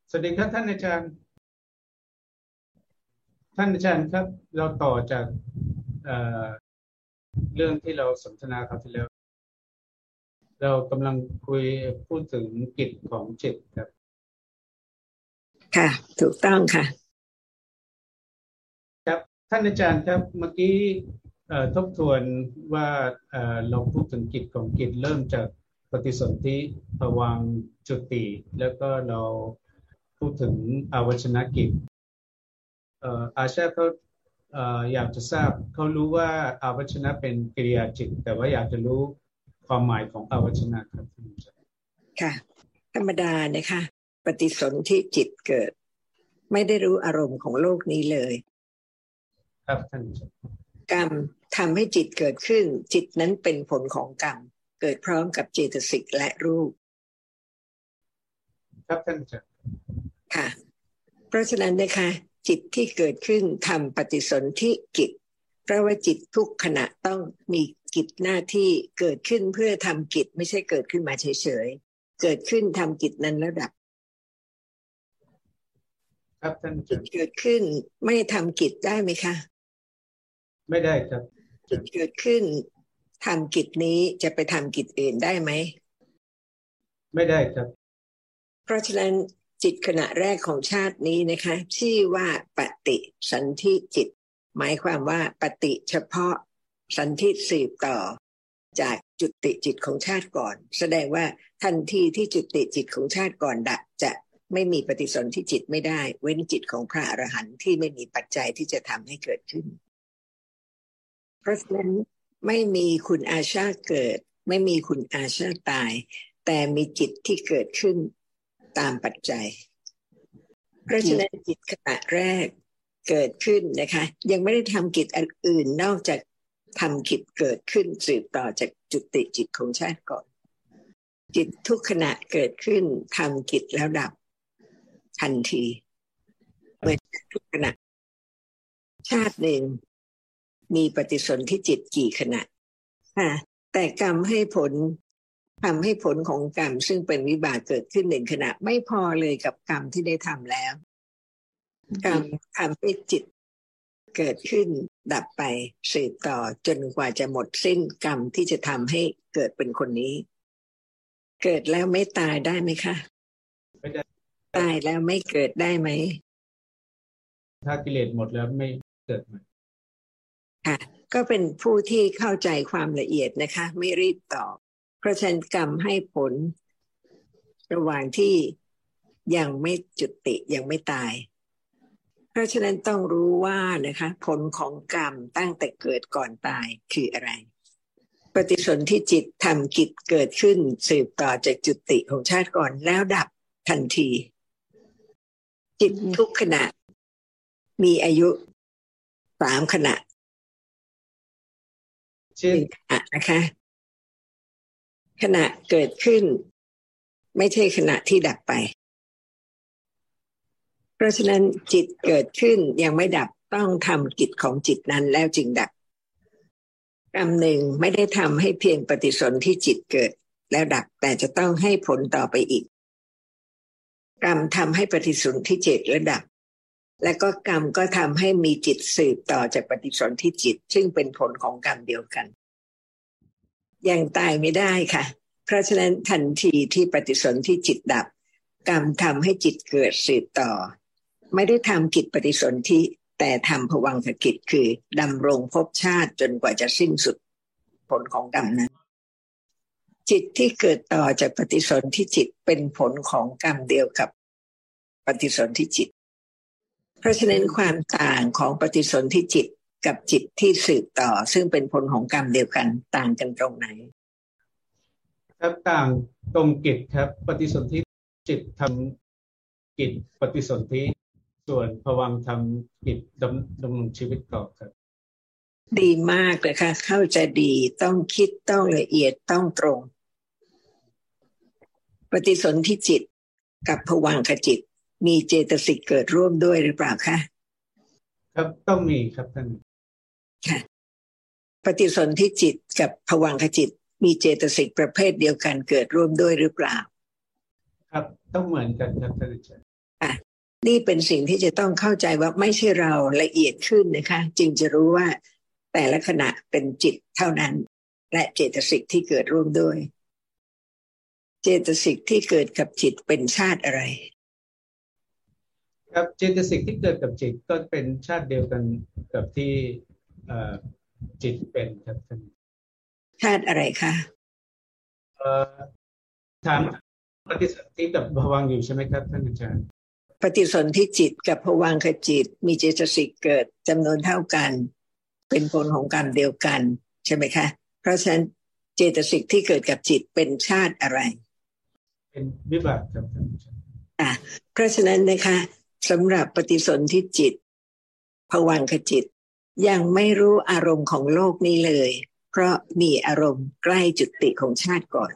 สวัสดีครับท่านอาจารย์ครับเราต่อจากเอ่อเรื่องที่เราสนทนาคราวที่แล้วเรากำลังพูดถึงกิจของจิตครับค่ะถูกต้องค่ะครับท่านอาจารย์ครับเมื่อกี้ทบทวนว่าเราพูดถึงกิจของจิตเริ่มจากปฏิสนธิภวังค์จุติแล้วก็เราพูดถึงอวัชนกิจอาชาเขาอยากจะทราบเขารู้ว่าอาวัชนะเป็นกิริยาจิตแต่ว่าอยากจะรู้ความหมายของอาวัชนะครับค่ะธรรมดานะคะปฏิสนธิจิตเกิดไม่ได้รู้อารมณ์ของโลกนี้เลยครับท่านกรรมทำให้จิตเกิดขึ้นจิตนั้นเป็นผลของกรรมเกิดพร้อมกับเจตสิกและรูปครับท่านค่ะเพราะฉะนั้นนะคะจิตที่เกิดขึ้นทำปฏิสนธิกิจเพราะว่าจิตทุกขณะต้องมีกิจหน้าที่เกิดขึ้นเพื่อทำกิจไม่ใช่เกิดขึ้นมาเฉยๆเกิดขึ้นทำกิจนั้นแล้วดับครับท่านจิตเกิดขึ้นไม่ทำกิจได้ไหมคะไม่ได้ครับจิตเกิดขึ้นทำกิจนี้จะไปทำกิจอื่นได้ไหมไม่ได้ครับเพราะฉะนั้นจิตขณะแรกของชาตินี้นะคะชื่อว่าปฏิสนธิจิตหมายความว่าปฏิเฉพาะสันธิสืบต่อจากจุติจิตของชาติก่อนแสดงว่าทันทีที่จุติจิตของชาติก่อนดับจะไม่มีปฏิสนธิจิตไม่ได้เว้นจิตของพระอรหันต์ที่ไม่มีปัจจัยที่จะทำให้เกิดขึ้นเพราะฉะนั้นไม่มีคุณอาชาเกิดไม่มีคุณอาชาตายแต่มีจิตที่เกิดขึ้นตามปัจจัยเพราะฉะนั้นจิตขณะแรกเกิดขึ้นนะคะยังไม่ได้ทำกิจอื่นนอกจากทำกิจเกิดขึ้นสืบต่อจากจุติจิตของชาติก่อนจิตทุกขณะเกิดขึ้นทำกิจแล้วดับทันทีเมื่อทุกขณะชาติหนึ่งมีปฏิสนธิจิตกี่ขณะแต่กรรมให้ผลทำให้ผลของกรรมซึ่งเป็นวิบากเกิดขึ้นหนึ่งขณะไม่พอเลยกับกรรมที่ได้ทำแล้วกรรมทำให้จิตเกิดขึ้นดับไปสืบต่อจนกว่าจะหมดสิ้นกรรมที่จะทำให้เกิดเป็นคนนี้เกิดแล้วไม่ตายได้ไหมคะไม่ได้ตายแล้วไม่เกิดได้ไหมถ้ากิเลสหมดแล้วไม่เกิดใหม่ค่ะก็เป็นผู้ที่เข้าใจความละเอียดนะคะไม่รีบตอบเพราะฉะนั้นกรรมให้ผลระหว่างที่ยังไม่จุติยังไม่ตายเพราะฉะนั้นต้องรู้ว่านะคะผลของกรรมตั้งแต่เกิดก่อนตายคืออะไรปฏิสนธิจิตทำกิจเกิดขึ้นสืบต่อจากจุติของชาติก่อนแล้วดับทันทีจิตทุกขณะมีอายุ3 ขณะนะคะขณะเกิดขึ้นไม่ใช่ขณะที่ดับไปเพราะฉะนั้นจิตเกิดขึ้นยังไม่ดับต้องทำกิจของจิตนั้นแล้วจึงดับกรรมหนึ่งไม่ได้ทำให้เพียงปฏิสนธิจิตเกิดแล้วดับแต่จะต้องให้ผลต่อไปอีกกรรมทำให้ปฏิสนธิจิตแล้วดับและก็กรรมก็ทำให้มีจิตสืบต่อจากปฏิสนธิจิตซึ่งเป็นผลของกรรมเดียวกันยังตายไม่ได้ค่ะเพราะฉะนั้นทันทีที่ปฏิสนธิจิตดับกรรมทำให้จิตเกิดสืบต่อไม่ได้ทำกิจปฏิสนธิแต่ทำภวังคกิจคือดำรงภพชาติจนกว่าจะสิ้นสุดผลของกรรมนั้นจิตที่เกิดต่อจากปฏิสนธิจิตเป็นผลของกรรมเดียวกับปฏิสนธิจิตเพราะฉะนั้นความต่างของปฏิสนธิจิตกับจิตที่สืบต่อซึ่งเป็นผลของกรรมเดียวกันต่างกันตรงไหนครับต่างตรงกิจครับปฏิสนธิจิตทำกิจปฏิสนธิส่วนภวังค์ทำกิจดำรงชีวิตต่อครับดีมากเลยค่ะเข้าใจดีต้องคิดต้องละเอียดต้องตรงปฏิสนธิจิตกับภวังคจิตมีเจตสิกเกิดร่วมด้วยหรือเปล่าคะครับต้องมีครับท่านค่ะปฏิสนธิจิตกับภวังคจิตมีเจตสิกประเภทเดียวกันเกิดร่วมด้วยหรือเปล่าครับต้องเหมือนกันครับท่านอาจารย์นี่เป็นสิ่งที่จะต้องเข้าใจว่าไม่ใช่เราละเอียดขึ้นนะคะจึงจะรู้ว่าแต่ละขณะเป็นจิตเท่านั้นและเจตสิกที่เกิดร่วมด้วยเจตสิกที่เกิดกับจิตเป็นชาติอะไรครับเจตสิกที่เกิดกับจิตก็เป็นชาติเดียวกันกับที่จิตเป็นครับท่านชาติอะไรคะถามปฏิสนธิกับภวังค์อยู่ใช่ไหมครับท่านอาจารย์ปฏิสนธิจิตกับภวังคจิตมีเจตสิกเกิดจำนวนเท่ากันเป็นผลของกรรมเดียวกันใช่ไหมคะเพราะฉะนั้นเจตสิกที่เกิดกับจิตเป็นชาติอะไรเป็นวิบากครับท่านอาจารย์เพราะฉะนั้นนะคะสำหรับปฏิสนธิจิตภวังคจิตยังไม่รู้อารมณ์ของโลกนี้เลยเพราะมีอารมณ์ใกล้จุติของชาติก่อน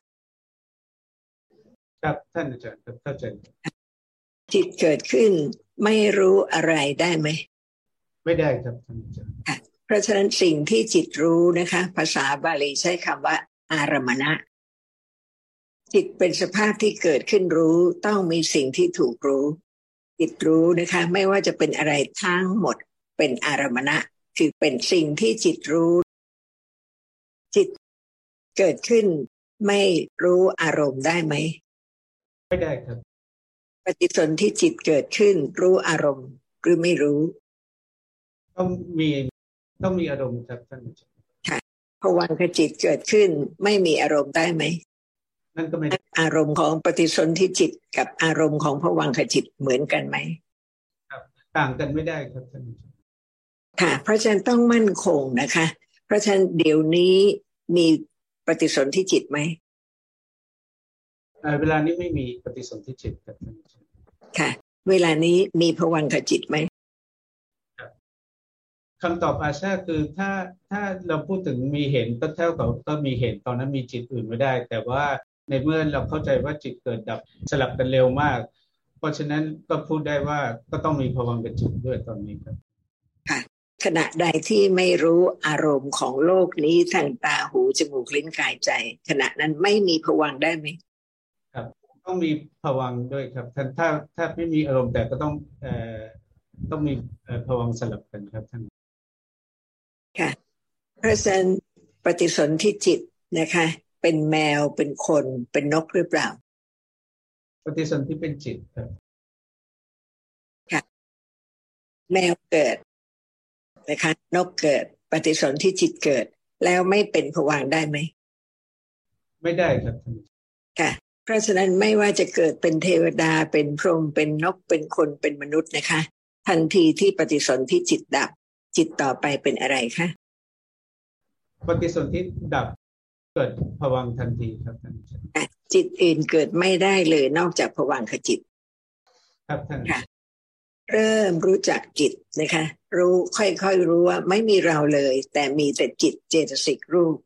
ครับท่านอาจารย์เข้าใจจิตเกิดขึ้นไม่รู้อะไรได้ไหมไม่ได้ครับท่านอาจารย์เพราะฉะนั้นสิ่งที่จิตรู้นะคะภาษาบาลีใช้คำว่าอารมณะจิตเป็นสภาพที่เกิดขึ้นรู้ต้องมีสิ่งที่ถูกรู้จิตรู้นะคะไม่ว่าจะเป็นอะไรทั้งหมดเป็นอารมณะคือเป็นสิ่งที่จิตรู้จิตเกิดขึ้นไม่รู้อารมณ์ได้ไหมไม่ได้ครับปฏิสนธิจิตเกิดขึ้นรู้อารมณ์หรือไม่รู้ต้องมีอารมณ์ครับท่านอาจารย์ค่ะภวังคจิตเกิดขึ้นไม่มีอารมณ์ได้ไหมนั่นก็ไม่อารมณ์ของปฏิสนธิจิตกับอารมณ์ของภวังคจิตเหมือนกันไหมครับต่างกันไม่ได้ครับท่านอาจารย์ค่ะเพราะฉะนั้นต้องมั่นคงนะคะเพราะฉะนั้นเดี๋ยวนี้มีปฏิสนธิจิตไหมเวลานี้ไม่มีปฏิสนธิจิตครับท่านอาจารย์ค่ะเวลานี้มีภวังคจิตไหมคำตอบอาชาคือถ้าเราพูดถึงมีเห็นก็เท่ากับก็มีเห็นตอนนั้นมีจิตอื่นไม่ได้แต่ว่าในเมื่อเราเข้าใจว่าจิตเกิดดับสลับกันเร็วมากเพราะฉะนั้นก็พูดได้ว่าก็ต้องมีภวังคจิตด้วยตอนนี้ครับค่ะขณะใดที่ไม่รู้อารมณ์ของโลกนี้ทางตาหูจมูกลิ้นกายใจขณะนั้นไม่มีภวังค์ได้ไหมครับต้องมีภวังค์ด้วยครับท่านถ้าไม่มีอารมณ์แต่ก็ต้องมีภวังค์สลับกันครับท่านค่ะเพราะฉะนั้นปฏิสนธิจิตนะคะเป็นแมวเป็นคนเป็นนกหรือเปล่าปฏิสนธิเป็นจิตครับค่ะแมวเกิดนะคะนกเกิดปฏิสนธิจิตเกิดแล้วไม่เป็นภวังค์ได้ไหมไม่ได้ครับท่านค่ะเพราะฉะนั้นไม่ว่าจะเกิดเป็นเทวดาเป็นพรหมเป็นนกเป็นคนเป็นมนุษย์นะคะทันทีที่ปฏิสนธิจิตดับจิตต่อไปเป็นอะไรคะปฏิสนธิดับเกิดภวังค์ทันทีครับท่านจิตอื่นเกิดไม่ได้เลยนอกจากภวังคจิตครับท่านค่ะเริ่มรู้จักจิตนะคะรู้ค่อยๆรู้ว่าไม่มีเราเลยแต่มีแต่จิตเจตสิกรูป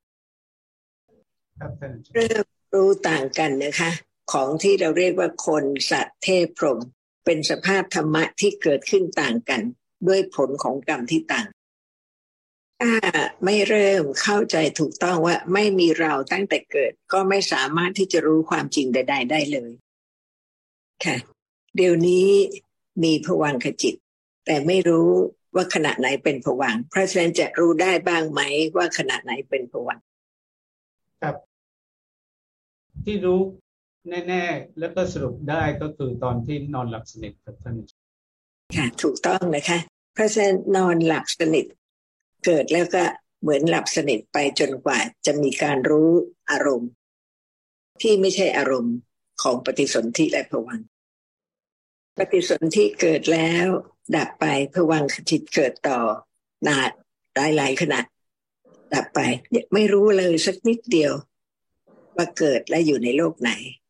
ครับท่านเริ่มรู้ต่างกันนะคะของที่เราเรียกว่าคนสัตว์เทพพรหมเป็นสภาพธรรมะที่เกิดขึ้นต่างกันด้วยผลของกรรมที่ต่างถ้าไม่เริ่มเข้าใจถูกต้องว่าไม่มีเราตั้งแต่เกิดก็ไม่สามารถที่จะรู้ความจริงใดๆได้เลยค่ะเดี๋ยวนี้มีภวังคจิตแต่ไม่รู้ว่าขณะไหนเป็นภวังค์เพราะฉะนั้นจะรู้ได้บ้างไหมว่าขณะไหนเป็นภวังค์ครับที่รู้แน่ๆแล้วก็สรุปได้ก็คือตอนที่นอนหลับสนิทครับท่านค่ะถูกต้องนะคะเพราะฉะนั้นนอนหลับสนิทเกิดแล้วก็เหมือนหลับสนิทไปจนกว่าจะมีการรู้อารมณ์ที่ไม่ใช่อารมณ์ของปฏิสนธิและภวังค์ปฏิสนธิเกิดแล้วดับไปภวังคจิตเกิดต่อนานหลายขณะดับไปไม่รู้เลยสักนิดเดียวว่าเกิดและอยู่ในโลกไหน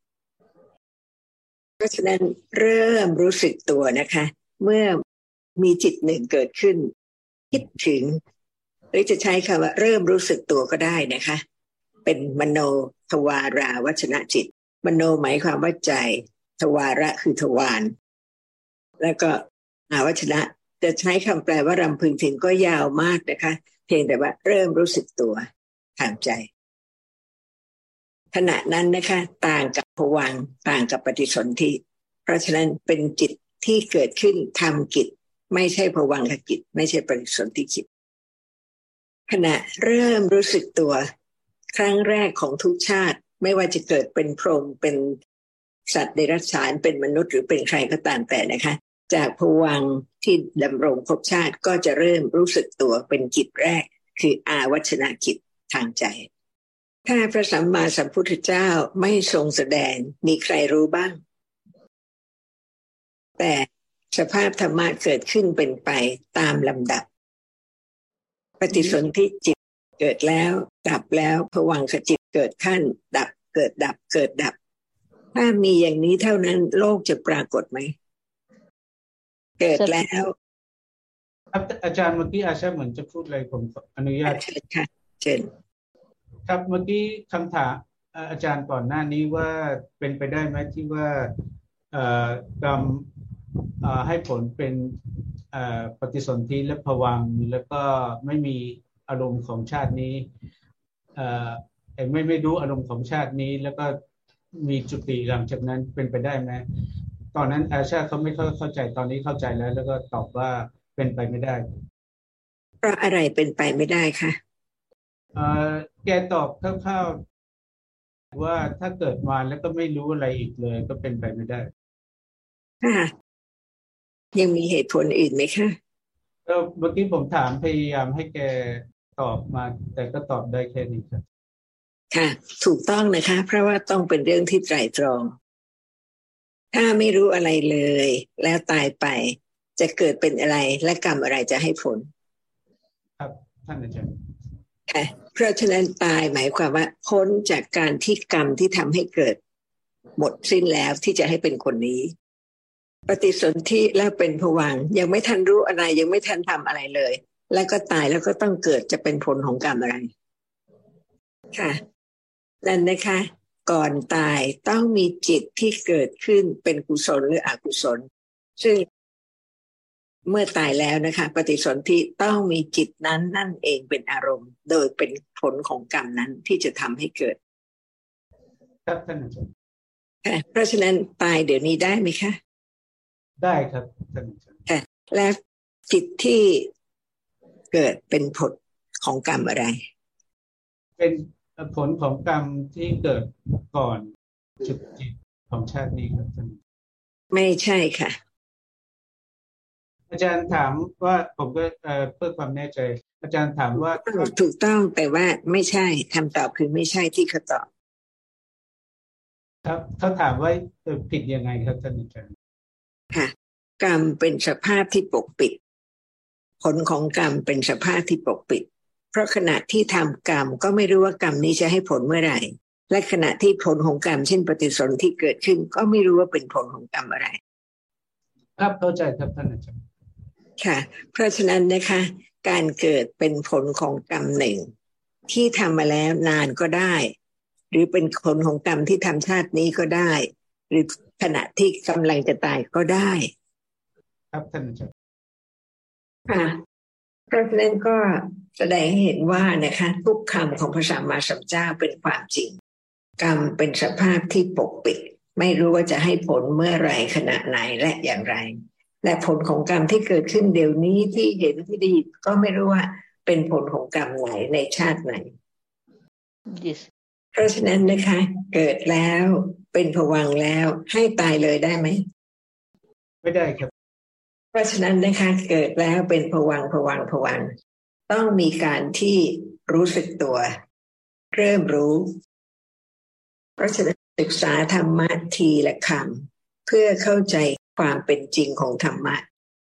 เพราะฉะนั้นเริ่มรู้สึกตัวนะคะเมื่อมีจิตหนึ่งเกิดขึ้นคิดถึงหรือจะใช้คำว่าเริ่มรู้สึกตัวก็ได้นะคะเป็นมโนทวาราวัชนะจิตมโนหมายความว่าใจทวาระคือทวารแล้วก็อาวัชนะจะใช้คำแปลว่ารำพึงถึงก็ยาวมากนะคะเพียงแต่ว่าเริ่มรู้สึกตัวทางใจขณะนั้นนะคะต่างกับภวังค์ต่างกับปฏิสนธิเพราะฉะนั้นเป็นจิตที่เกิดขึ้นทำกิจไม่ใช่ภวังคกิจไม่ใช่ปฏิสนธิกิจขณะเริ่มรู้สึกตัวครั้งแรกของทุกชาติไม่ว่าจะเกิดเป็นพรหมเป็นสัตว์เดรัจฉานเป็นมนุษย์หรือเป็นใครก็ตามแต่นะคะจากภวังค์ที่ดำรงภพชาติก็จะเริ่มรู้สึกตัวเป็นกิจแรกคืออาวัชนะกิจทางใจถ้าพระสัมมาสัมพุทธเจ้าไม่ทรงแสดงมีใครรู้บ้างแต่สภาพธรรมะเกิดขึ้นเป็นไปตามลำดับปฏิสนธิจิตเกิดแล้วดับแล้วภวังคจิตเกิดขั้นดับเกิดดับเกิดดับถ้ามีอย่างนี้เท่านั้นโลกจะปรากฏไหมเกิดแล้วอาจารย์เมื่อกี้อาชาเหมือนจะพูดอะไรผมอนุญาตเชิญค่ะเชิญครับเมื่อกี้คำถามอาจารย์ก่อนหน้านี้ว่าเป็นไปได้ไหมที่ว่ากรรมให้ผลเป็นปฏิสนธิและภวังค์แล้วก็ไม่มีอารมณ์ของชาตินี้ไม่รู้อารมณ์ของชาตินี้แล้วก็มีจุติหลังจากนั้นเป็นไปได้ไหมตอนนั้นอาชาเขาไม่เข้าใจตอนนี้เข้าใจแล้วก็ตอบว่าเป็นไปไม่ได้เพราะอะไรเป็นไปไม่ได้คะแกตอบคร่าวๆว่าถ้าเกิดมาแล้วก็ไม่รู้อะไรอีกเลยก็เป็นไปไม่ได้ค่ะยังมีเหตุผลอื่นไหมคะเมื่อกี้ผมถามพยายามให้แกตอบมาแต่ก็ตอบได้แค่นี้ครับค่ะถูกต้องนะคะเพราะว่าต้องเป็นเรื่องที่ไตร่ตรองถ้าไม่รู้อะไรเลยแล้วตายไปจะเกิดเป็นอะไรและกรรมอะไรจะให้ผลครับท่านอาจารย์ค่ะเพราะฉะนั้นตายหมายความว่าพ้นจากการที่กรรมที่ทำให้เกิดหมดสิ้นแล้วที่จะให้เป็นคนนี้ปฏิสนธิแล้วเป็นภวังค์ยังไม่ทันรู้อะไรยังไม่ทันทำอะไรเลยแล้วก็ตายแล้วก็ต้องเกิดจะเป็นผลของกรรมอะไรค่ะนั่นนะคะก่อนตายต้องมีจิตที่เกิดขึ้นเป็นกุศลหรืออกุศลซึ่งเมื่อตายแล้วนะคะปฏิสนธิต้องมีจิตนั้นนั่นเองเป็นอารมณ์โดยเป็นผลของกรรมนั้นที่จะทำให้เกิดครับท่านอาจารย์เพราะฉะนั้นตายเดี๋ยวนี้ได้ไหมคะได้ครับท่านอาจารย์และจิตที่เกิดเป็นผลของกรรมอะไรเป็นผลของกรรมที่เกิดก่อนจุดจิตของชาตินี้ครับท่านไม่ใช่ค่ะอาจารย์ถามว่าผมก็เพื่อความแน่ใจอาจารย์ถามว่าถูกต้องแต่ว่าไม่ใช่คำตอบคือไม่ใช่ที่เขาตอบครับเขาถามว่าผิดยังไงครับท่านอาจารย์ค่ะกรรมเป็นสภาพที่ปกปิดผลของกรรมเป็นสภาพที่ปกปิดเพราะขณะที่ทำกรรมก็ไม่รู้ว่ากรรมนี้จะให้ผลเมื่อไหร่และขณะที่ผลของกรรมเช่นปฏิสนธิเกิดขึ้นก็ไม่รู้ว่าเป็นผลของกรรมอะไรครับเข้าใจครับท่านอาจารย์ค่ะเพราะฉะนั้นนะคะการเกิดเป็นผลของกรรมหนึ่งที่ทำมาแล้วนานก็ได้หรือเป็นผลของกรรมที่ทำชาตินี้ก็ได้หรือขณะที่กำลังจะตายก็ได้ครับท่านอาจารย์ค่ะเพราะฉะนั้นก็แสดงให้เห็นว่านะคะทุกคำของพระสัมมาสัมพุทธเจ้าเป็นความจริงกรรมเป็นสภาพที่ปกปิดไม่รู้ว่าจะให้ผลเมื่อไหร่ขณะไหนและอย่างไรและผลของกรรมที่เกิดขึ้นเดี๋ยวนี้ที่เห็นที่ดีก็ไม่รู้ว่าเป็นผลของกรรมไหนในชาติไหน yes. เพราะฉะนั้นนะคะเกิดแล้วเป็นภวังค์แล้วให้ตายเลยได้ไหมไม่ได้ครับเพราะฉะนั้นนะคะเกิดแล้วเป็นภวังค์ต้องมีการที่รู้สึกตัวเริ่มรู้เพราะฉะนั้นศึกษาธรรมะทีละคำเพื่อเข้าใจความเป็นจริงของธรรมะ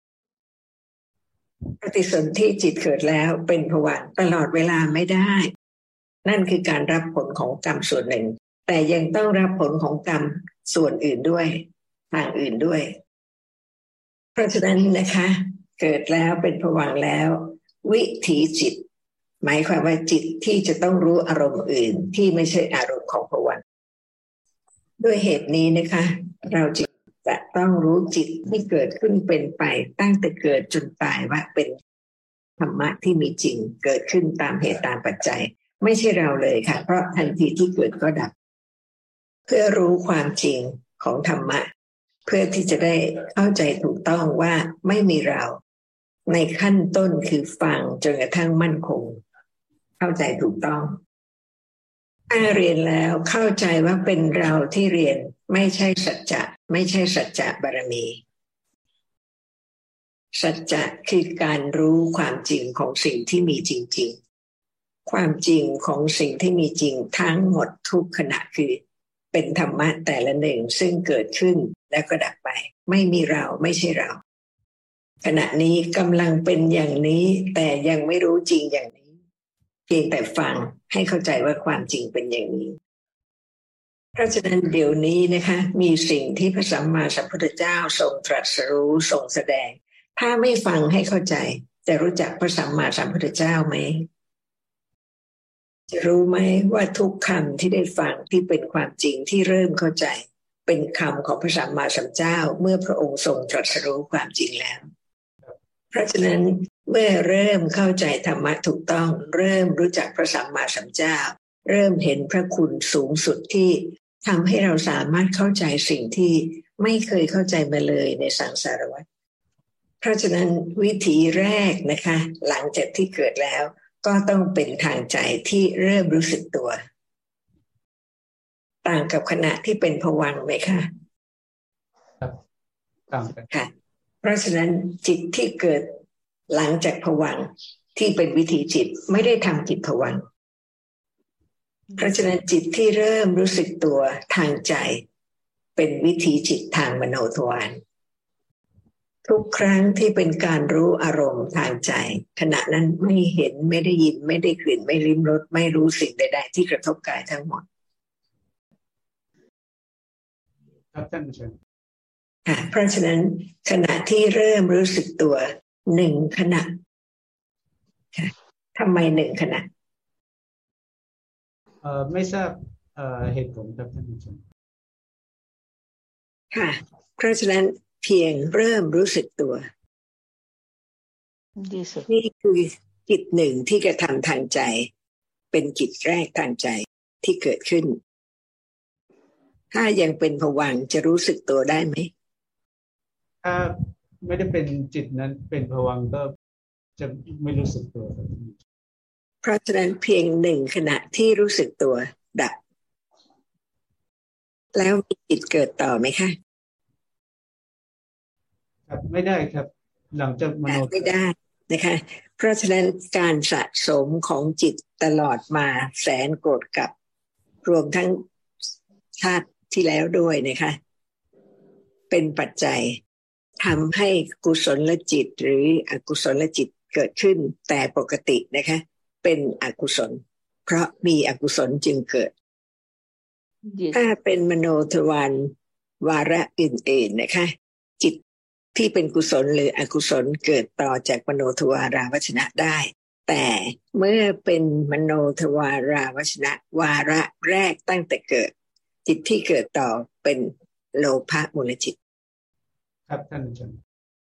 ปฏิสนธิจิตเกิดแล้วเป็นภวังค์ตลอดเวลาไม่ได้นั่นคือการรับผลของกรรมส่วนหนึ่งแต่ยังต้องรับผลของกรรมส่วนอื่นด้วยทางอื่นด้วยเพราะฉะนั้นนะคะเกิดแล้วเป็นภวังค์แล้ววิถีจิตหมายความว่าจิตที่จะต้องรู้อารมณ์อื่นที่ไม่ใช่อารมณ์ของภวังค์ด้วยเหตุนี้นะคะเราจึงจะต้องรู้จิตที่เกิดขึ้นเป็นไปตั้งแต่เกิดจนตายว่าเป็นธรรมะที่มีจริงเกิดขึ้นตามเหตุตามปัจจัยไม่ใช่เราเลยค่ะเพราะทันทีที่เกิดก็ดับเพื่อรู้ความจริงของธรรมะเพื่อที่จะได้เข้าใจถูกต้องว่าไม่มีเราในขั้นต้นคือฟังจนกระทั่งมั่นคงเข้าใจถูกต้องถ้าเรียนแล้วเข้าใจว่าเป็นเราที่เรียนไม่ใช่สัจจะไม่ใช่สัจจะบารมีสัจจะคือการรู้ความจริงของสิ่งที่มีจริงๆความจริงของสิ่งที่มีจริงทั้งหมดทุกขณะคือเป็นธรรมะแต่ละหนึ่งซึ่งเกิดขึ้นแล้วก็ดับไปไม่มีเราไม่ใช่เราขณะนี้กำลังเป็นอย่างนี้แต่ยังไม่รู้จริงอย่างนี้เพียงแต่ฟังให้เข้าใจว่าความจริงเป็นอย่างนี้เพราะฉะนั้นเดี๋ยวนี้นะคะมีสิ่งที่พระสัมมาสัมพุทธเจ้าทรงตรัสรู้ทรงแสดงถ้าไม่ฟังให้เข้าใจจะรู้จักพระสัมมาสัมพุทธเจ้าไหมจะรู้ไหมว่าทุกคำที่ได้ฟังที่เป็นความจริงที่เริ่มเข้าใจเป็นคำของพระสัมมาสัมพุทธเจ้าเมื่อพระองค์ทรงตรัสรู้ความจริงแล้วเพราะฉะนั้นเมื่อเริ่มเข้าใจธรรมะถูกต้องเริ่มรู้จักพระสัมมาสัมพุทธเจ้าเริ่มเห็นพระคุณสูงสุดที่ทำให้เราสามารถเข้าใจสิ่งที่ไม่เคยเข้าใจมาเลยในสังสารวัฏเพราะฉะนั้นวิธีแรกนะคะหลังจากที่เกิดแล้วก็ต้องเป็นทางใจที่เริ่มรู้สึกตัวต่างกับขณะที่เป็นภวังค์ไหมคะครับต่างกันค่ะเพราะฉะนั้นจิตที่เกิดหลังจากภวังค์ที่เป็นวิถีจิตไม่ได้ทำจิตภวังค์เพราะฉะนั้นจิตที่เริ่มรู้สึกตัวทางใจเป็นวิถีจิตทางมโนทวารทุกครั้งที่เป็นการรู้อารมณ์ทางใจขณะนั้นไม่เห็นไม่ได้ยินไม่ได้กลิ่นไม่ลิ้มรสไม่รู้สิ่งใดๆที่กระทบกายทั้งหมดครับท่านอาจารย์เพราะฉะนั้นขณะที่เริ่มรู้สึกตัวหนึ่งขณะทำไมหนึ่งขณะไม่ทราบเหตุผลครับท่านอาจารย์ค่ะเพราะฉะนั้นเพียงเริ่มรู้สึกตัวนี่คือจิตหนึ่งที่กระทำทางใจเป็นจิตแรกทางใจที่เกิดขึ้นถ้ายังเป็นภวังค์จะรู้สึกตัวได้ไหมถ้าไม่ได้เป็นจิตนั้นเป็นภวังค์ก็จะไม่รู้สึกตัวเพราะฉะนั้นเพียงหนึ่งขณะที่รู้สึกตัวดับแล้วมีจิตเกิดต่อไหมคะครับไม่ได้ครับหลังจากมโนไม่ได้นะคะเพราะฉะนั้นการสะสมของจิตตลอดมาแสนโกรธกับรวมทั้งชาติที่แล้วด้วยนะคะเป็นปัจจัยทำให้กุศลจิตหรืออกุศลจิตเกิดขึ้นแต่ปกตินะคะเป็นอกุศลเพราะมีอกุศลจึงเกิด ถ้าเป็นมโนทวารวาระอื่นๆนะคะจิตที่เป็นกุศลหรืออกุศลเกิดต่อจากมโนทวาราวชนะได้แต่เมื่อเป็นมโนทวาราวชนะวาระแรกตั้งแต่เกิดจิตที่เกิดต่อเป็นโลภะมูลจิตครับท่านอาจารย์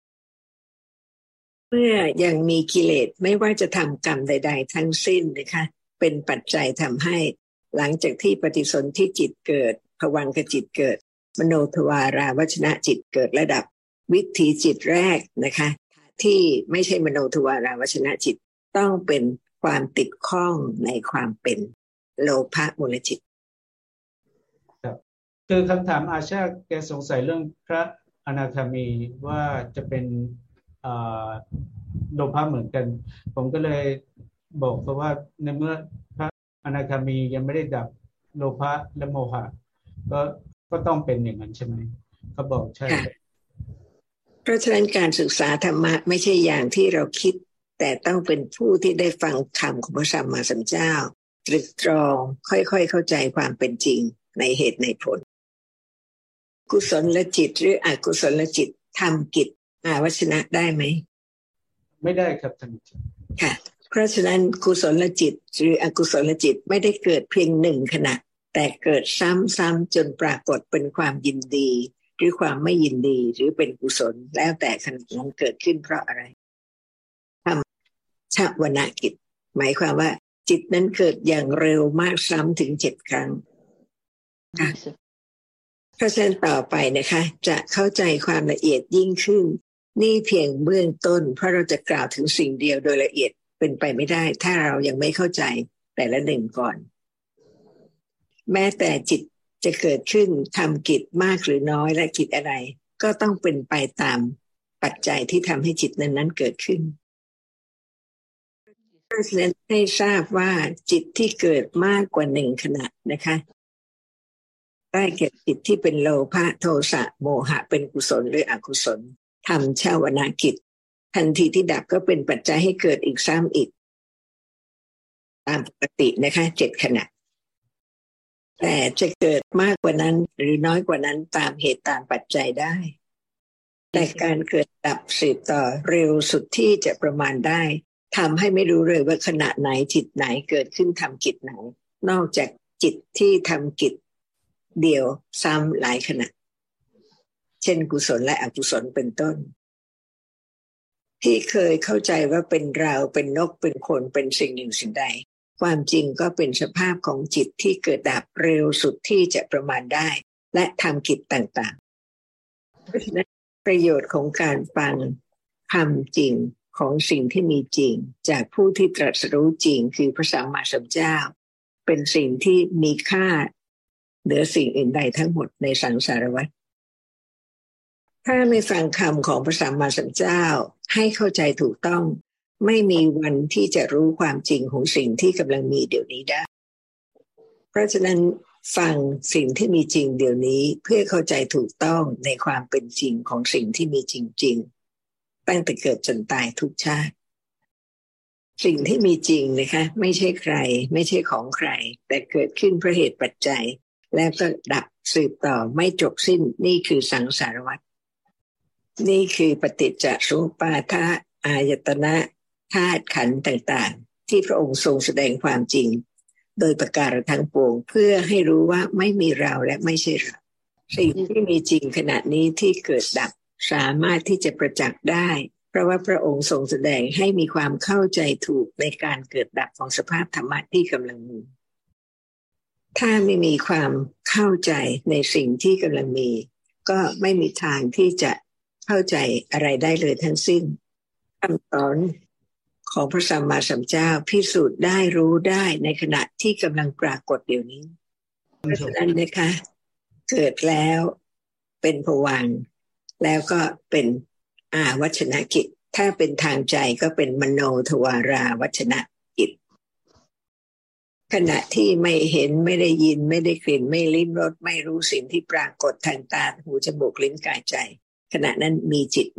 เมื่อยังมีกิเลสไม่ว่าจะทำกรรมใดๆทั้งสิ้นนะคะเป็นปัจจัยทำให้หลังจากที่ปฏิสนธิจิตเกิดภวังคจิตเกิดมโนทวาราวชนะจิตเกิดระดับวิถีจิตแรกนะคะที่ไม่ใช่มโนทวาราวชนะจิตต้องเป็นความติดข้องในความเป็นโลภะมูลจิตครับคือคำถามอาชาแกสงสัยเรื่องพระอนาคามีว่าจะเป็นโลภะเหมือนกันผมก็เลยบอกเพราะว่าในเมื่อพระอนาคามียังไม่ได้ดับโลภะและโมหะก็ต้องเป็นอย่างนั้นใช่ไหมเขาบอกใช่เพราะฉะนั้นการศึกษาธรรมะไม่ใช่อย่างที่เราคิดแต่ต้องเป็นผู้ที่ได้ฟังคำของพระสัมมาสัมพุทธเจ้าตรึกตรองค่อยๆเข้าใจความเป็นจริงในเหตุในผลกุศลจิตหรืออกุศลจิตทำกิจอาวชนะได้ไหมไม่ได้ครับท่านค่ะเพราะฉะนั้นกุศลจิตหรืออกุศลจิตไม่ได้เกิดเพียงหนึ่งขณะแต่เกิดซ้ำๆจนปรากฏเป็นความยินดีหรือความไม่ยินดีหรือเป็นกุศลแล้วแต่ขณะนั้นเกิดขึ้นเพราะอะไรทำชวนากิจหมายความว่าจิตนั้นเกิดอย่างเร็วมากซ้ำถึง7 ครั้งเพราะฉะนั้นต่อไปนะคะจะเข้าใจความละเอียดยิ่งขึ้นนี่เพียงเบื้องต้นเพราะเราจะกล่าวถึงสิ่งเดียวโดยละเอียดเป็นไปไม่ได้ถ้าเรายังไม่เข้าใจแต่ละหนึ่งก่อนแม้แต่จิตจะเกิดขึ้นทำกิจมากหรือน้อยและกิจอะไรก็ต้องเป็นไปตามปัจจัยที่ทำให้จิตนั้นเกิดขึ้นเพราะฉะนั้นให้ทราบว่าจิตที่เกิดมากกว่าหนึ่งขณะนะคะได้แก่จิตที่เป็นโลภะโทสะโมหะเป็นกุศลหรืออกุศลทำชาวนากิจทันทีที่ดับก็เป็นปัจจัยให้เกิดอีกซ้ำอีกตามปกตินะคะ7 ขณะแต่จะเกิดมากกว่านั้นหรือน้อยกว่านั้นตามเหตุตามปัจจัยได้แต่การเกิดดับสืบต่อเร็วสุดที่จะประมาณได้ทำให้ไม่รู้เลยว่าขณะไหนจิตไหนเกิดขึ้นทำกิจไหนนอกจากจิตที่ทำกิจเดียวซ้ำหลายขณะเช่นกุศลและอกุศลเป็นต้นที่เคยเข้าใจว่าเป็นเราเป็นนกเป็นคนเป็นสิ่งหนึ่งสิ่งใดความจริงก็เป็นสภาพของจิตที่เกิดดับเร็วสุดที่จะประมาณได้และทำกิจต่างๆเพราะฉะนั้นประโยชน์ของการฟังคำจริงของสิ่งที่มีจริงจากผู้ที่ตรัสรู้จริงคือพระสัมมาสัมพุทธเจ้าเป็นสิ่งที่มีค่าเหนือสิ่งอื่นใดทั้งหมดในสังสารวัฏถ้าไม่ฟังคำของพระสัมมาสัมพุทธเจ้าให้เข้าใจถูกต้องไม่มีวันที่จะรู้ความจริงของสิ่งที่กำลังมีเดี๋ยวนี้ได้เพราะฉะนั้นฟังสิ่งที่มีจริงเดี๋ยวนี้เพื่อเข้าใจถูกต้องในความเป็นจริงของสิ่งที่มีจริงๆตั้งแต่เกิดจนตายทุกชาติสิ่งที่มีจริงนะคะไม่ใช่ใครไม่ใช่ของใครแต่เกิดขึ้นเพราะเหตุปัจจัยแล้วก็ดับสืบต่อไม่จบสิ้นนี่คือสังสารวัฏนี่คือปฏิจจสมุปบาทอายตนะธาตุขันธ์ต่างๆที่พระองค์ทรงแสดงความจริงโดยประการทั้งปวงเพื่อให้รู้ว่าไม่มีเราและไม่ใช่เราสิ่งที่มีจริงขณะนี้ที่เกิดดับสามารถที่จะประจักษ์ได้เพราะว่าพระองค์ทรงแสดงให้มีความเข้าใจถูกในการเกิดดับของสภาพธรรมะที่กำลังมีถ้าไม่มีความเข้าใจในสิ่งที่กำลังมีก็ไม่มีทางที่จะเข้าใจอะไรได้เลยทั้งสิ้นคำสอนของพระสัมมาสัมพุทธเจ้าพิสูจน์ได้รู้ได้ในขณะที่กำลังปรากฏเดี๋ยวนี้เพราะฉะนั้นนะคะเกิดแล้วเป็นภวังค์แล้วก็เป็นอาวัชนะกิจถ้าเป็นทางใจก็เป็นมโนทวาราวัชนะกิจขณะที่ไม่เห็นไม่ได้ยินไม่ได้กลิ่นไม่ลิ้มรสไม่รู้สิ่งที่ปรากฏทางตาหูจมูกลิ้นกายใจขณะนั้นมีจิตไหม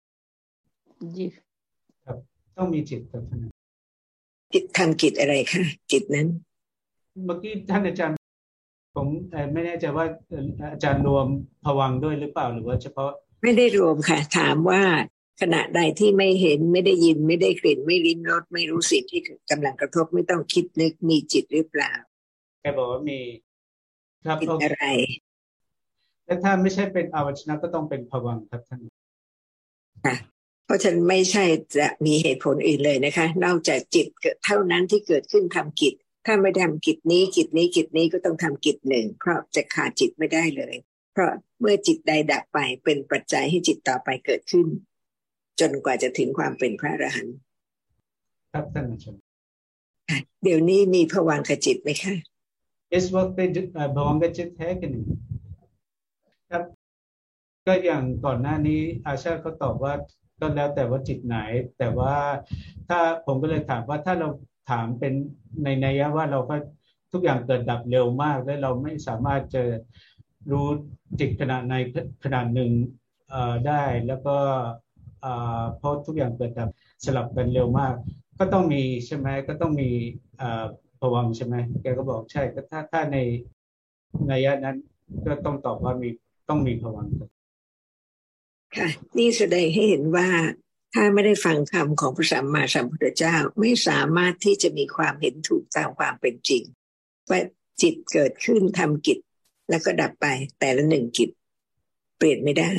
ครับต้องมีจิตครับจิตทำกิจอะไรคะจิตนั้นเมื่อกี้ท่านอาจารย์ผมไม่แน่ใจว่าอาจารย์รวมภวังค์ด้วยหรือเปล่าหรือว่าเฉพาะไม่ได้รวมค่ะถามว่าขณะใดที่ไม่เห็นไม่ได้ยินไม่ได้กลิ่นไม่ลิ้มรสไม่รู้สิ่งที่กำลังกระทบไม่ต้องคิดนึกมีจิตหรือเปล่าแกบอกว่ามีครับจิตอะไรและถ้าไม่ใช่เป็นอวัชนะก็ต้องเป็นภวังค์ครับท่านค่ะเพราะฉะนั้นไม่ใช่จะมีเหตุผลอื่นเลยนะคะนอกจากจิตเท่านั้นที่เกิดขึ้นทำกิจถ้าไม่ทำกิจนี้กิจนี้กิจนี้ก็ต้องทำกิจหนึ่งเพราะจะขาดจิตไม่ได้เลยเพราะเมื่อจิตใดดับไปเป็นปัจจัยให้จิตต่อไปเกิดขึ้นจนกว่าจะถึงความเป็นพระอรหันต์ครับท่านอาจารย์เดี๋ยวนี้มีภวังคจิตไหมคะ इस वक्त पे भवंग चित है कि नहींครับก็อย่างก่อนหน้านี้อาชาเขาตอบว่าก็แล้วแต่ว่าจิตไหนแต่ว่าถ้าผมก็เลยถามว่าถ้าเราถามเป็นในนัยว่าเราก็ทุกอย่างเกิดดับเร็วมากและเราไม่สามารถจะรู้จิตขณะในขณะหนึ่งได้แล้วก็เพราะทุกอย่างเกิดดับสลับกันเร็วมากก็ต้องมีใช่ไหมก็ต้องมีภวังค์ใช่ไหมแกก็บอกใช่ก็ถ้าในนัยนั้นก็ต้องตอบว่ามีต้องมีภวังค์ค่ะนี่แสดงให้เห็นว่าถ้าไม่ได้ฟังคำของพระสัมมาสัมพุทธเจ้าไม่สามารถที่จะมีความเห็นถูกตามความเป็นจริงว่าจิตเกิดขึ้นทำกิจแล้วก็ดับไปแต่ละหนึ่งกิจเปลี่ยนไม่ได้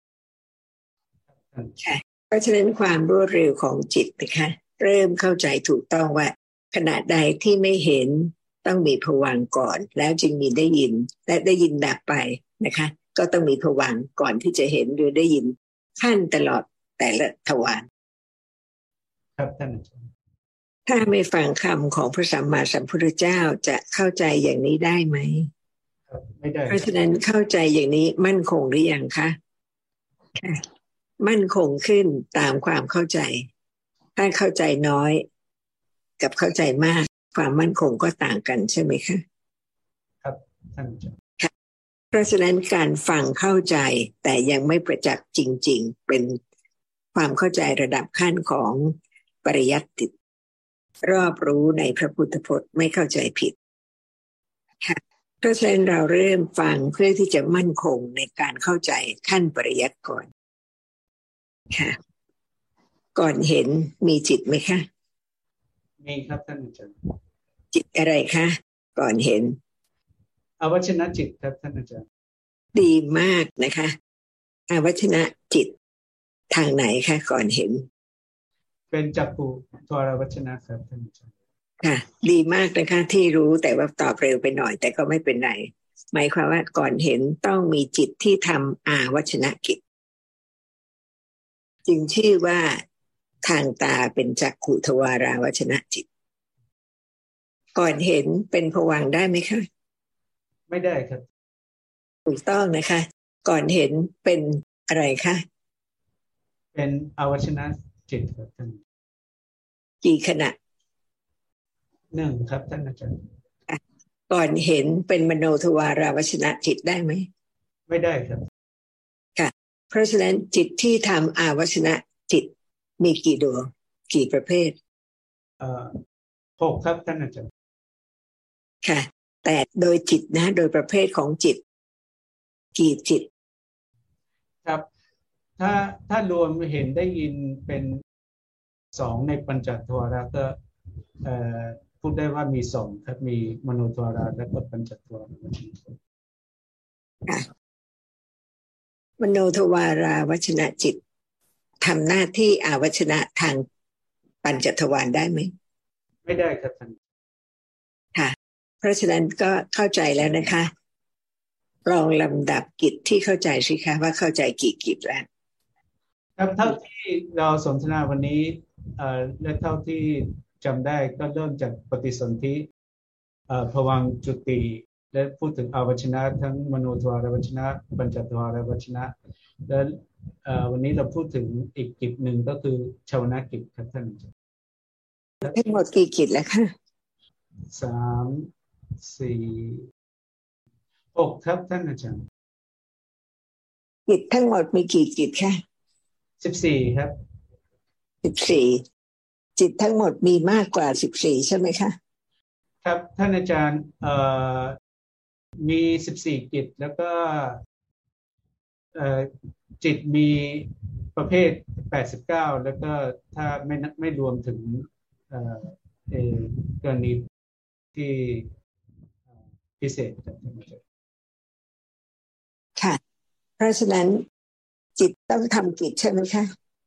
ค่ะเพราะฉะนั้นความรวดเร็วของจิตนะคะเริ่มเข้าใจถูกต้องว่าขณะใดที่ไม่เห็นต้องมีภวังค์ก่อนแล้วจึงมีได้ยินและได้ยินดับไปนะคะ ก็ต้องมีภวังค์ก่อนที่จะเห็นหรือได้ยินขั้นตลอดแต่ละทวารครับท่านอาจารย์ถ้าไม่ฟังคำของพระสัมมาสัมพุทธเจ้าจะเข้าใจอย่างนี้ได้ไหมครับไม่ได้เพราะฉะนั้นเข้าใจอย่างนี้มั่นคงหรือยังคะค่ะมั่นคงขึ้นตามความเข้าใจถ้าเข้าใจน้อยกับเข้าใจมากความมั่นคงก็ต่างกันใช่ไหมคะครับท่านอาจารย์เพราะฉะนั้นการฟังเข้าใจแต่ยังไม่ประจักษ์จริงๆเป็นความเข้าใจระดับขั้นของปริยัติรอบรู้ในพระพุทธพจน์ไม่เข้าใจผิดค่ะเพราะฉะนั้นเราเริ่มฟังเพื่อที่จะมั่นคงในการเข้าใจขั้นปริยัติก่อนค่ะก่อนเห็นมีจิตไหมคะมีครับท่านอาจารย์จิตอะไรคะก่อนเห็นอวชนจิตครับท่านอาจารย์ดีมากนะคะอวชนะจิตทางไหนคะก่อนเห็นเป็นจักขุทวารวชนะครับท่านอาจารย์ค่ะดีมากนะคะที่รู้แต่ว่าตอบเร็วไปหน่อยแต่ก็ไม่เป็นไรหมายความว่าก่อนเห็นต้องมีจิตที่ทำอาวชนะกิจจึงชื่อว่าทางตาเป็นจักขุทวาราวชนะจิตก่อนเห็นเป็นภวังค์ได้ไหมคะไม่ได้ครับถูกต้องนะคะก่อนเห็นเป็นอะไรคะเป็นอวชนจิตครับท่านกี่ขณะหนึ่งครับท่านอาจารย์ก่อนเห็นเป็นมโนทวาราวชนะจิตได้ไหมไม่ได้ครับค่ะเพราะฉะนั้นจิตที่ทำอาวชนะจิตมีกี่ดวงกี่ประเภทหกครับท่านอาจารย์ค่ะแต่โดยจิตนะโดยประเภทของจิตกี่จิตครับถ้ารวมเห็นได้ยินเป็นสองในปัญจทวาระก็พูดได้ว่ามีสองครับมีมโนทวาระและก็ปัญจทวาระค่ะมโนทวาราวชนะจิตทำหน้าที่อาวชนะทางปัญจทวารได้ไหมไม่ได้ครับท่านค่ะเพราะฉะนั้นก็เข้าใจแล้วนะคะลองลำดับกิจที่เข้าใจสิคะว่าเข้าใจกี่กิจแล้วครับเท่าที่เราสนทนาวันนี้และเท่าที่จำได้ก็เริ่มจากปฏิสนธิภวังค์จุติและพูดถึงอวชนะทั้งมโนทวารวชนะปัญจทวารวชนะและวันนี้เราพูดถึงอีกกิจหนึ่งก็คือชาวนากิจครับท่านทั้งหมดกี่กิจแล้วคะสามสี่หกครับท่านอาจารย์กิจทั้งหมดมีกี่กิจคะ 14ครับ 14จิตทั้งหมดมีมากกว่า14ใช่ไหมคะครับท่านอาจารย์มี14กิจแล้วก็จิตมีประเภท89แล้วก็ถ้าไม่รวมถึงกรณีที่พิเศษครับท่านอาจารย์ค่ะเพราะฉะนั้นจิตต้องทำกิจใช่ไหมคะ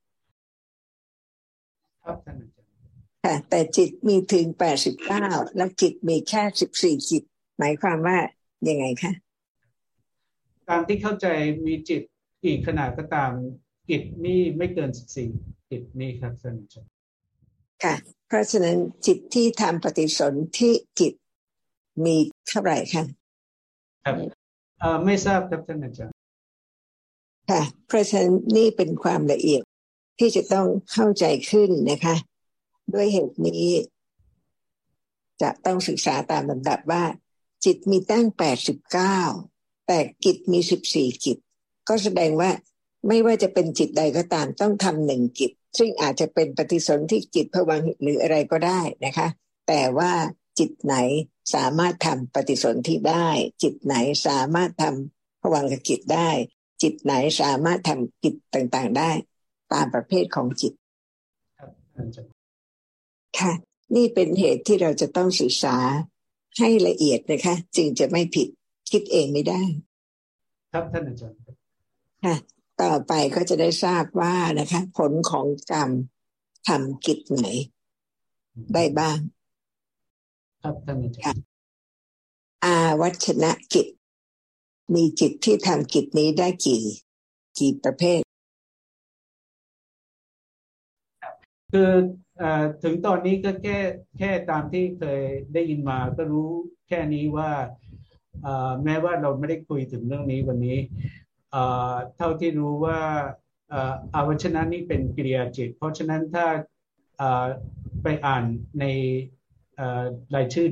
ครับท่านอาจารย์ค่ะแต่จิตมีถึง89แล้วจิตมีแค่14จิตหมายความว่ายังไงคะตามที่เข้าใจมีจิตกี่ขนาดก็ตามกิจนี่ไม่เกิน14กิจนี่ครับท่านอาจารย์ค่ะเพราะฉะนั้นจิตที่ทำปฏิสนธิกิจมีเท่าไหร่คะครับไม่ทราบครับท่านอาจารย์ค่ะเพราะฉะนั้นนี่เป็นความละเอียดที่จะต้องเข้าใจขึ้นนะคะด้วยเหตุนี้จะต้องศึกษาตามลำดับว่าจิตมีตั้ง89แต่กิจมี14กิจก็แสดงว่าไม่ว่าจะเป็นจิตใดก็ตามต้องทำ1กิจซึ่งอาจจะเป็นปฏิสนธิจิตภวังค์หรืออะไรก็ได้นะคะแต่ว่าจิตไหนสามารถทำปฏิสนธิได้จิตไหนสามารถทำภวังคกิจได้จิตไหนสามารถทำกิจต่างๆได้ตามประเภทของจิตครับท่านอาจารย์ค่ะนี่เป็นเหตุที่เราจะต้องศึกษาให้ละเอียดนะคะจึงจะไม่ผิดคิดเองไม่ได้ครับท่านอาจารย์ค่ะต่อไปก็จะได้ทราบว่านะคะผลของกรรมทำกิจไหนได้บ้างครับท่านอาจารย์อาวัชนะกิจมีจิตที่ทำกิจนี้ได้กี่ประเภทคือถึงตอนนี้ก็แค่ตามที่เคยได้ยินมาก็รู้แค่นี้ว่าแม้ว่าเราไม่ได้คุยถึงเรื่องนี้วันนี้เท่าที่รู้ว่าอวัชนะนี่เป็นกิริยาจิตเพราะฉะนั้นถ้าไปอ่านในรายชื่อ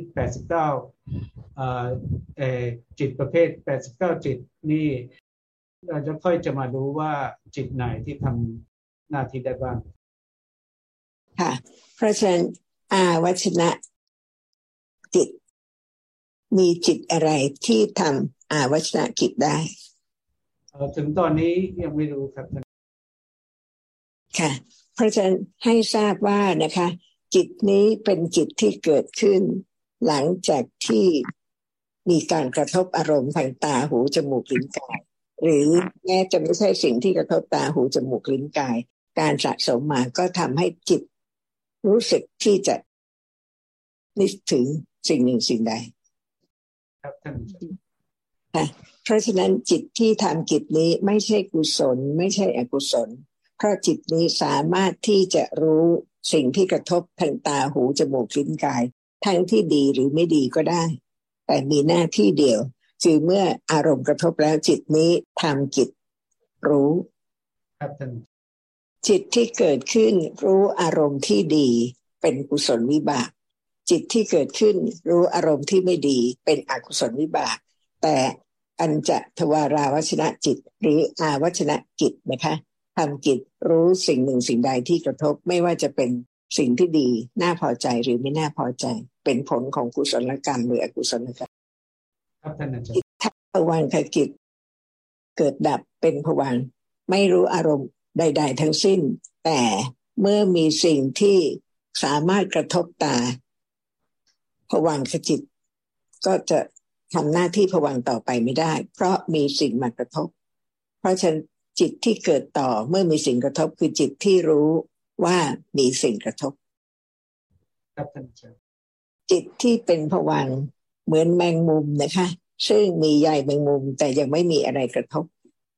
89จิตประเภท89จิตนี่เราจะค่อยจะมารู้ว่าจิตไหนที่ทำหน้าที่ได้บ้างค่ะเพราะฉะนั้นอาวัชนะจิตมีจิตอะไรที่ทำอาวัชนะจิตได้ถึงตอนนี้ยังไม่รู้ครับค่ะเพราะฉะนั้นให้ทราบว่านะคะจิตนี้เป็นจิตที่เกิดขึ้นหลังจากที่มีการกระทบอารมณ์ทางตาหูจมูกลิ้นกายหรือแม้จะไม่ใช่สิ่งที่กระทบตาหูจมูกลิ้นกายการสะสมมาก็ทำให้จิตรู้สึกที่จะนึกถึงสิ่งหนึ่งสิ่งใดครับท่านเพราะฉะนั้นจิตที่ทำกิจนี้ไม่ใช่กุศลไม่ใช่อกุศลเพราะจิตนี้สามารถที่จะรู้สิ่งที่กระทบทางตาหูจมูกลิ้นกายทั้งที่ดีหรือไม่ดีก็ได้แต่มีหน้าที่เดียวคือเมื่ออารมณ์กระทบแล้วจิตนี้ทำกิจรู้ครับท่านจิตที่เกิดขึ้นรู้อารมณ์ที่ดีเป็นกุศลวิบากจิตที่เกิดขึ้นรู้อารมณ์ที่ไม่ดีเป็นอกุศลวิบากแต่อัญจทวาราวชนะจิตหรืออาวัชนะจิตนะคะทำกิจรู้สิ่งหนึ่งสิ่งใดที่กระทบไม่ว่าจะเป็นสิ่งที่ดีน่าพอใจหรือไม่น่าพอใจเป็นผลของกุศลกรรมหรืออกุศลกรรมครับท่านอาจารย์ภวังคกิจเกิดดับเป็นภวังค์ไม่รู้อารมณ์ใดๆทั้งสิ้นแต่เมื่อมีสิ่งที่สามารถกระทบตาภวังคจิตก็จะทำหน้าที่ภวังค์ต่อไปไม่ได้เพราะมีสิ่งมากระทบเพราะฉะนั้นจิตที่เกิดต่อเมื่อมีสิ่งกระทบคือจิตที่รู้ว่ามีสิ่งกระทบครับท่านอาจารย์จิตที่เป็นภวังค์เหมือนแมงมุมนะคะซึ่งมีใยแมงมุมแต่ยังไม่มีอะไรกระทบ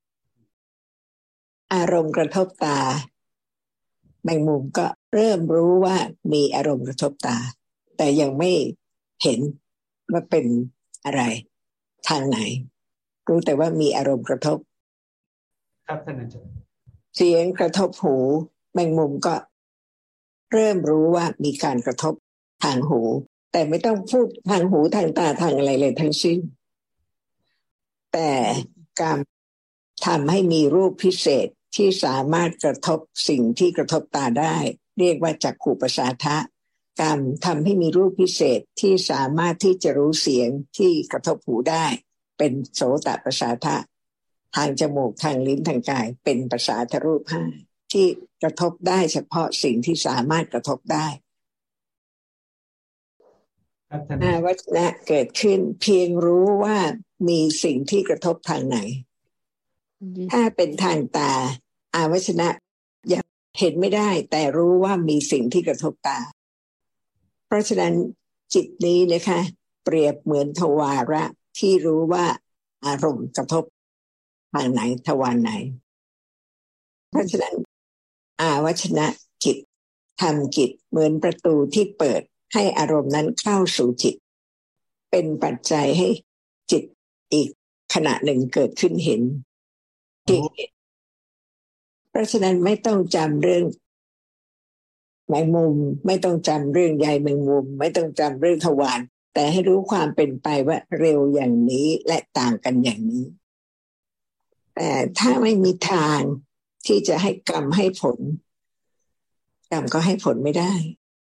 อารมณ์กระทบตาแมงมุมก็เริ่มรู้ว่ามีอารมณ์กระทบตาแต่ยังไม่เห็นว่าเป็นอะไรทางไหนรู้แต่ว่ามีอารมณ์กระทบครับท่านอาจารย์เสียงกระทบหูแมงมุมก็เริ่มรู้ว่ามีการกระทบทางหูแต่ไม่ต้องพูดทางหูทางตาทางอะไรเลยทั้งสิ้นแต่การทำให้มีรูปพิเศษที่สามารถกระทบสิ่งที่กระทบตาได้เรียกว่าจักขุประสาทะการทำให้มีรูปพิเศษที่สามารถที่จะรู้เสียงที่กระทบหูได้เป็นโสตประสาทะทางจมูกทางลิ้นทางกายเป็นประสาทรูปห้าที่กระทบได้เฉพาะสิ่งที่สามารถกระทบได้อาวัชนะเกิดขึ้นเพียงรู้ว่ามีสิ่งที่กระทบทางไหนถ้าเป็นทางตาอาวัชนะยังเห็นไม่ได้แต่รู้ว่ามีสิ่งที่กระทบตาเพราะฉะนั้นจิตนี้นะคะเปรียบเหมือนทวาระที่รู้ว่าอารมณ์กระทบทางไหนทวารไหนเพราะฉะนั้นอาวัชนะจิตทำจิตเหมือนประตูที่เปิดให้อารมณ์นั้นเข้าสู่จิตเป็นปัจจัยให้จิตอีกขณะหนึ่งเกิดขึ้นเห็นเพราะฉะนั้นไม่ต้องจำเรื่องแมงมุมไม่ต้องจำเรื่องใยแมงมุมไม่ต้องจำเรื่องทวารแต่ให้รู้ความเป็นไปว่าเร็วอย่างนี้และต่างกันอย่างนี้แต่ถ้าไม่มีทางที่จะให้กรรมให้ผลกรรมก็ให้ผลไม่ได้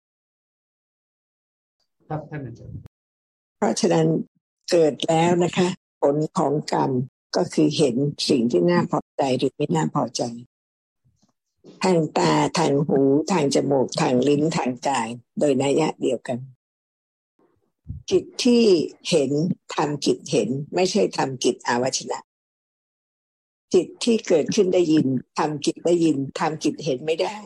ครับท่านอาจารย์เพราะฉะนั้นเกิดแล้วนะคะผลของกรรมก็คือเห็นสิ่งที่น่าพอใจหรือไม่น่าพอใจทางตาทางหูทางจมูกทางลิ้นทางกายโดยนัยยะเดียวกันจิตที่เห็นทำจิตเห็นไม่ใช่ทำจิตอาวัชนะจิตที่เกิดขึ้นได้ยินทำจิตได้ยินทำจิตเห็นไม่ได้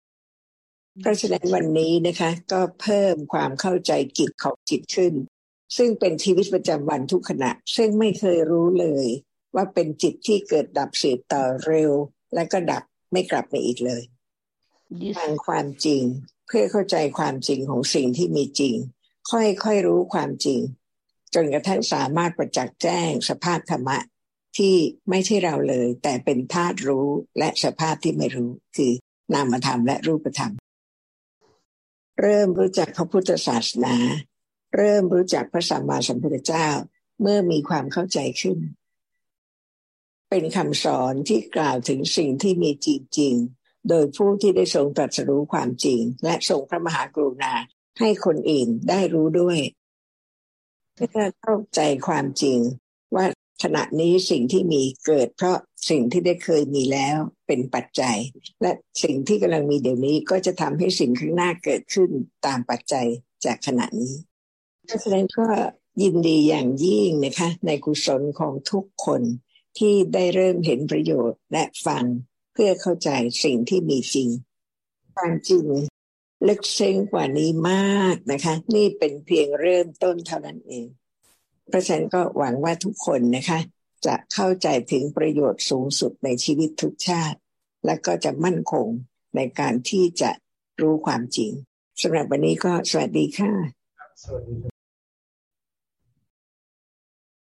เพราะฉะนั้นวันนี้นะคะก็เพิ่มความเข้าใจจิตของจิตขึ้นซึ่งเป็นชีวิตประจำวันทุกขณะซึ่งไม่เคยรู้เลยว่าเป็นจิตที่เกิดดับสืบต่อเร็วและก็ดับไม่กลับมาอีกเลยฟังความจริงเพื่อเข้าใจความจริงของสิ่งที่มีจริงค่อยๆรู้ความจริงจนกระทั่งสามารถประจักษ์แจ้งสภาพธรรมะที่ไม่ใช่เราเลยแต่เป็นธาตุรู้และสภาพที่ไม่รู้คือนามธรรมและรูปธรรมเริ่มรู้จักพระพุทธศาสนาเริ่มรู้จักพระสัมมาสัมพุทธเจ้าเมื่อมีความเข้าใจขึ้นเป็นคำสอนที่กล่าวถึงสิ่งที่มีจริงๆโดยผู้ที่ได้ทรงตรัสรู้ความจริงและทรงพระมหากรุณาให้คนอื่นได้รู้ด้วยเพื่อเข้าใจความจริงว่าขณะนี้สิ่งที่มีเกิดเพราะสิ่งที่ได้เคยมีแล้วเป็นปัจจัยและสิ่งที่กำลังมีเดี๋ยวนี้ก็จะทำให้สิ่งข้างหน้าเกิดขึ้นตามปัจจัยจากขณะนี้เพราะฉะนั้นก็ยินดีอย่างยิ่งนะคะในกุศลของทุกคนที่ได้เริ่มเห็นประโยชน์และฟังเพื่อเข้าใจสิ่งที่มีจริงความจริงลึกซึ้งกว่านี้มากนะคะนี่เป็นเพียงเริ่มต้นเท่านั้นเองเพราะฉะนั้นก็หวังว่าทุกคนนะคะจะเข้าใจถึงประโยชน์สูงสุดในชีวิตทุกชาติและก็จะมั่นคงในการที่จะรู้ความจริงสำหรับวันนี้ก็สวัสดีค่ะ